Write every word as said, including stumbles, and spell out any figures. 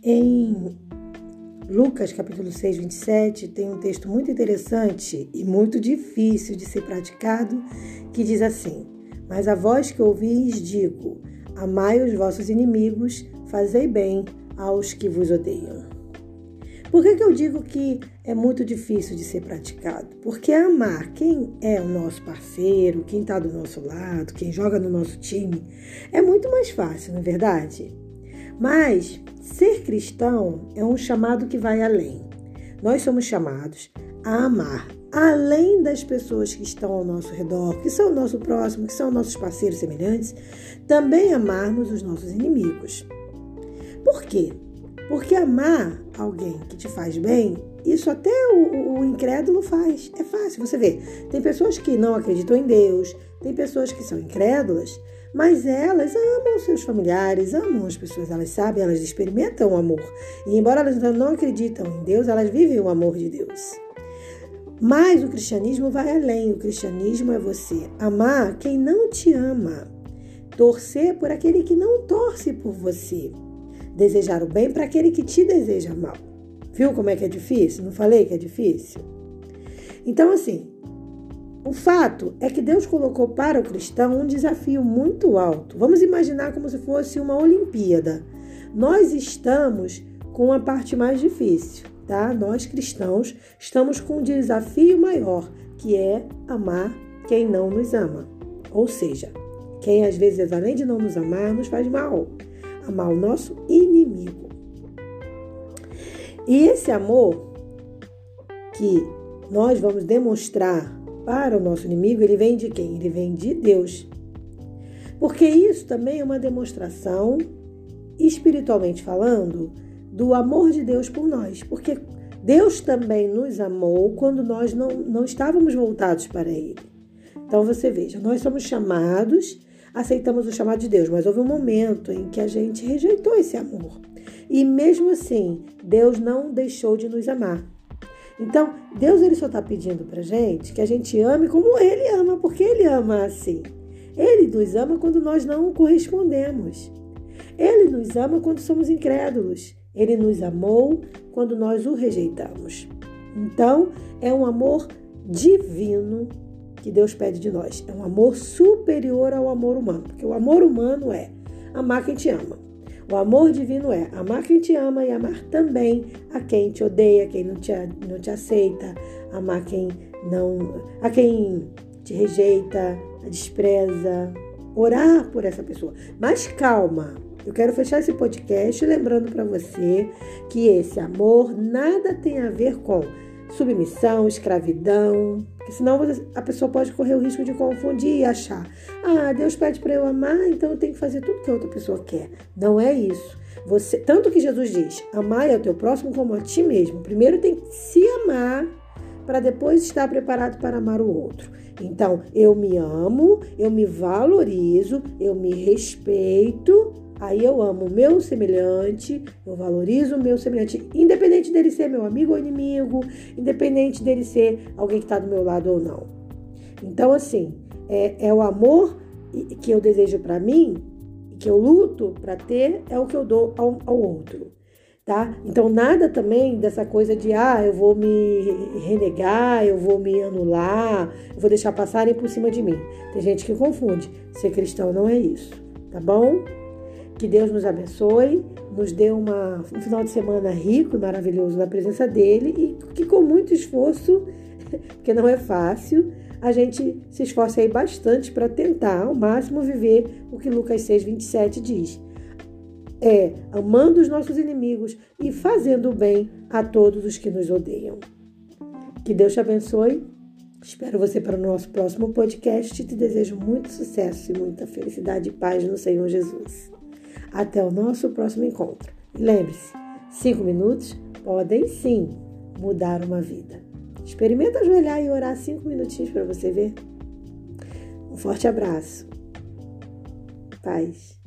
Em Lucas, capítulo seis, vinte e sete, tem um texto muito interessante e muito difícil de ser praticado, que diz assim: mas a vós que ouvis digo, amai os vossos inimigos, fazei bem aos que vos odeiam. Por que que eu digo que é muito difícil de ser praticado? Porque amar quem é o nosso parceiro, quem está do nosso lado, quem joga no nosso time, é muito mais fácil, não é verdade? Mas ser cristão é um chamado que vai além. Nós somos chamados a amar, além das pessoas que estão ao nosso redor, que são o nosso próximo, que são nossos parceiros semelhantes, também amarmos os nossos inimigos. Por quê? Porque amar alguém que te faz bem, isso até o, o incrédulo faz. É fácil, você vê. Tem pessoas que não acreditam em Deus, tem pessoas que são incrédulas, mas elas amam seus familiares, amam as pessoas, elas sabem, elas experimentam o amor. E embora elas não acreditam em Deus, elas vivem o amor de Deus. Mas o cristianismo vai além. O cristianismo é você amar quem não te ama, torcer por aquele que não torce por você, desejar o bem para aquele que te deseja mal. Viu como é que é difícil? Não falei que é difícil? Então, assim, o fato é que Deus colocou para o cristão um desafio muito alto. Vamos imaginar como se fosse uma Olimpíada. Nós estamos com a parte mais difícil, tá? Nós cristãos estamos com um desafio maior, que é amar quem não nos ama. Ou seja, quem às vezes, além de não nos amar, nos faz mal. Amar o nosso inimigo. E esse amor que nós vamos demonstrar para o nosso inimigo, ele vem de quem? Ele vem de Deus. Porque isso também é uma demonstração, espiritualmente falando, do amor de Deus por nós. Porque Deus também nos amou quando nós não, não estávamos voltados para Ele. Então você veja, nós somos chamados, aceitamos o chamado de Deus, mas houve um momento em que a gente rejeitou esse amor. E mesmo assim, Deus não deixou de nos amar. Então, Deus ele só está pedindo para a gente que a gente ame como Ele ama, porque Ele ama assim. Ele nos ama quando nós não correspondemos. Ele nos ama quando somos incrédulos. Ele nos amou quando nós o rejeitamos. Então, é um amor divino que Deus pede de nós. É um amor superior ao amor humano, porque o amor humano é amar quem te ama. O amor divino é amar quem te ama e amar também a quem te odeia, quem não te, não te aceita, amar quem não, a quem te rejeita, a despreza, orar por essa pessoa. Mas calma, eu quero fechar esse podcast lembrando para você que esse amor nada tem a ver com submissão, escravidão, porque senão a pessoa pode correr o risco de confundir e achar: ah, Deus pede para eu amar, então eu tenho que fazer tudo que a outra pessoa quer. Não é isso. Você, tanto que Jesus diz: amai ao teu próximo como a ti mesmo. Primeiro tem que se amar para depois estar preparado para amar o outro. Então, eu me amo, eu me valorizo, eu me respeito. Aí eu amo o meu semelhante, eu valorizo o meu semelhante, independente dele ser meu amigo ou inimigo, independente dele ser alguém que está do meu lado ou não. Então, assim, é, é o amor que eu desejo para mim, que eu luto para ter, é o que eu dou ao, ao outro, tá? Então, nada também dessa coisa de, ah, eu vou me renegar, eu vou me anular, eu vou deixar passarem por cima de mim. Tem gente que confunde. Ser cristão não é isso, tá bom? Que Deus nos abençoe, nos dê uma, um final de semana rico e maravilhoso na presença dEle e que com muito esforço, porque não é fácil, a gente se esforce aí bastante para tentar ao máximo viver o que Lucas seis, vinte e sete diz. É, amando os nossos inimigos e fazendo o bem a todos os que nos odeiam. Que Deus te abençoe. Espero você para o nosso próximo podcast e te desejo muito sucesso e muita felicidade e paz no Senhor Jesus. Até o nosso próximo encontro. E lembre-se, cinco minutos podem sim mudar uma vida. Experimenta ajoelhar e orar cinco minutinhos para você ver. Um forte abraço. Paz.